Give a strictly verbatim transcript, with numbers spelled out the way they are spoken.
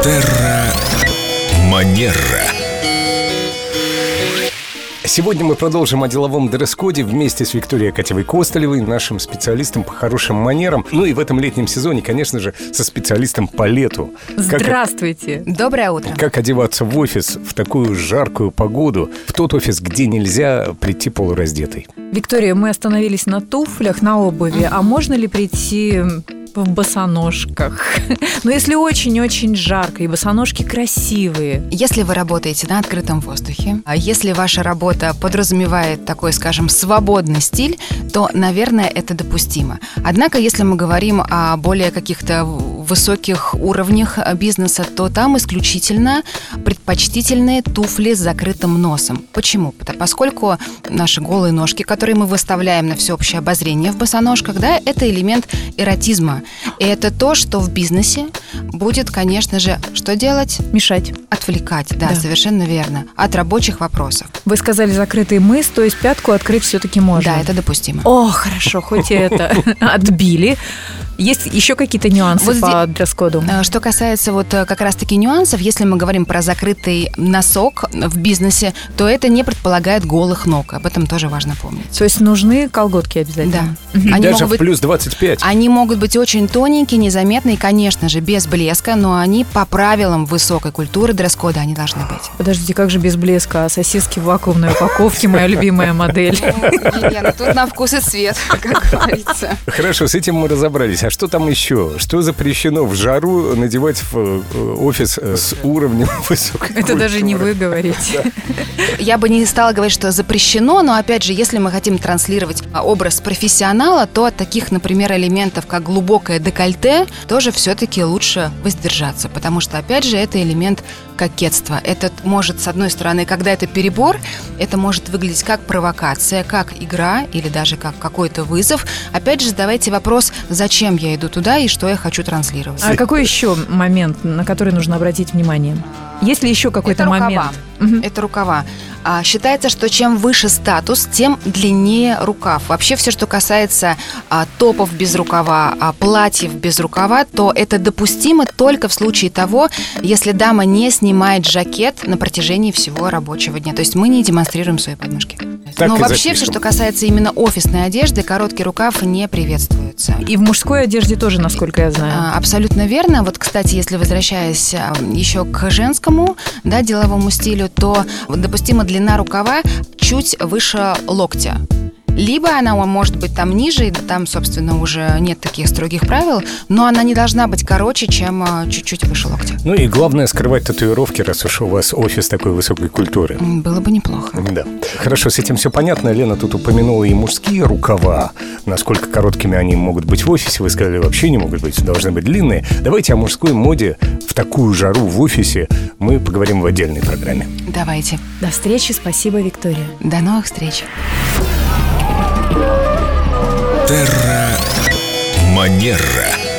Терра Манера. Сегодня мы продолжим о деловом дресс-коде вместе с Викторией Акатьевой-Костылевой, нашим специалистом по хорошим манерам. Ну и в этом летнем сезоне, конечно же, со специалистом по лету. Здравствуйте. Как, Доброе утро. Как одеваться в офис в такую жаркую погоду, в тот офис, где нельзя прийти полураздетой. Виктория, мы остановились на туфлях, на обуви. А можно ли прийти в босоножках? Но если очень-очень жарко и босоножки красивые. Если вы работаете на открытом воздухе, а если ваша работа подразумевает такой, скажем, свободный стиль, то, наверное, это допустимо. Однако, если мы говорим о более каких-то высоких уровнях бизнеса, то там исключительно предпочтительные туфли с закрытым носом. Почему? Поскольку наши голые ножки, которые мы выставляем на всеобщее обозрение в босоножках, да, это элемент эротизма. И это то, что в бизнесе будет, конечно же, что делать? Мешать. Отвлекать, да, Да. совершенно верно. От рабочих вопросов. Вы сказали закрытый мыс, то есть пятку открыть все-таки можно. Да, это допустимо. О, хорошо, хоть и это отбили. Есть еще какие-то нюансы Вот по дресс-коду? Что касается вот как раз-таки нюансов, если мы говорим про закрытый носок в бизнесе, то это не предполагает голых ног. Об этом тоже важно помнить. То есть нужны колготки обязательно? Да. Они Даже могут в быть, плюс двадцать пять. они могут быть очень тоненькие, незаметные, конечно же, без блеска, но они по правилам высокой культуры дресс-кода они должны быть. Подождите, как же без блеска? А сосиски в вакуумной упаковке, моя любимая модель. Не, ну тут на вкус и цвет, как говорится. Хорошо, с этим мы разобрались. А что там еще? Что запрещено в жару надевать в э, офис э, с уровнем высокой Это культуры? даже не вы говорите. Я бы не стала говорить, что запрещено, но, опять же, если мы хотим транслировать образ профессионала, то от таких, например, элементов, как глубокое декольте, тоже все-таки лучше воздержаться, потому что, опять же, это элемент кокетства. Это может, с одной стороны, когда это перебор, это может выглядеть как провокация, как игра или даже как какой-то вызов. Опять же, задавайте вопрос, зачем я иду туда и что я хочу транслировать. А какой еще момент, на который нужно обратить внимание? Есть ли еще какой-то Это момент? рукава. Мгм. Это рукава. А, считается, что чем выше статус, тем длиннее рукав. Вообще все, что касается а, топов без рукава, а, платьев без рукава, то это допустимо только в случае того, если дама не снимает жакет на протяжении всего рабочего дня. То есть мы не демонстрируем свои подмышки. Так Но и вообще запишем. все, что касается именно офисной одежды, короткий рукав не приветствуется. И в мужской одежде тоже, насколько я знаю. А, Абсолютно верно. Вот, кстати, если возвращаясь а, еще к женскому, да, деловому стилю, то допустима длина рукава чуть выше локтя. Либо она может быть там ниже, и там, собственно, уже нет таких строгих правил, но она не должна быть короче, чем а, чуть-чуть выше локтя. Ну и главное скрывать татуировки, раз уж у вас офис такой высокой культуры. М, Было бы неплохо. Да. Хорошо, с этим все понятно. Лена тут упомянула и мужские рукава. Насколько короткими они могут быть в офисе. Вы сказали, вообще не могут быть, должны быть длинные. Давайте о мужской моде в такую жару в офисе мы поговорим в отдельной программе. Давайте. До встречи, спасибо, Виктория. До новых встреч. Терра Манера.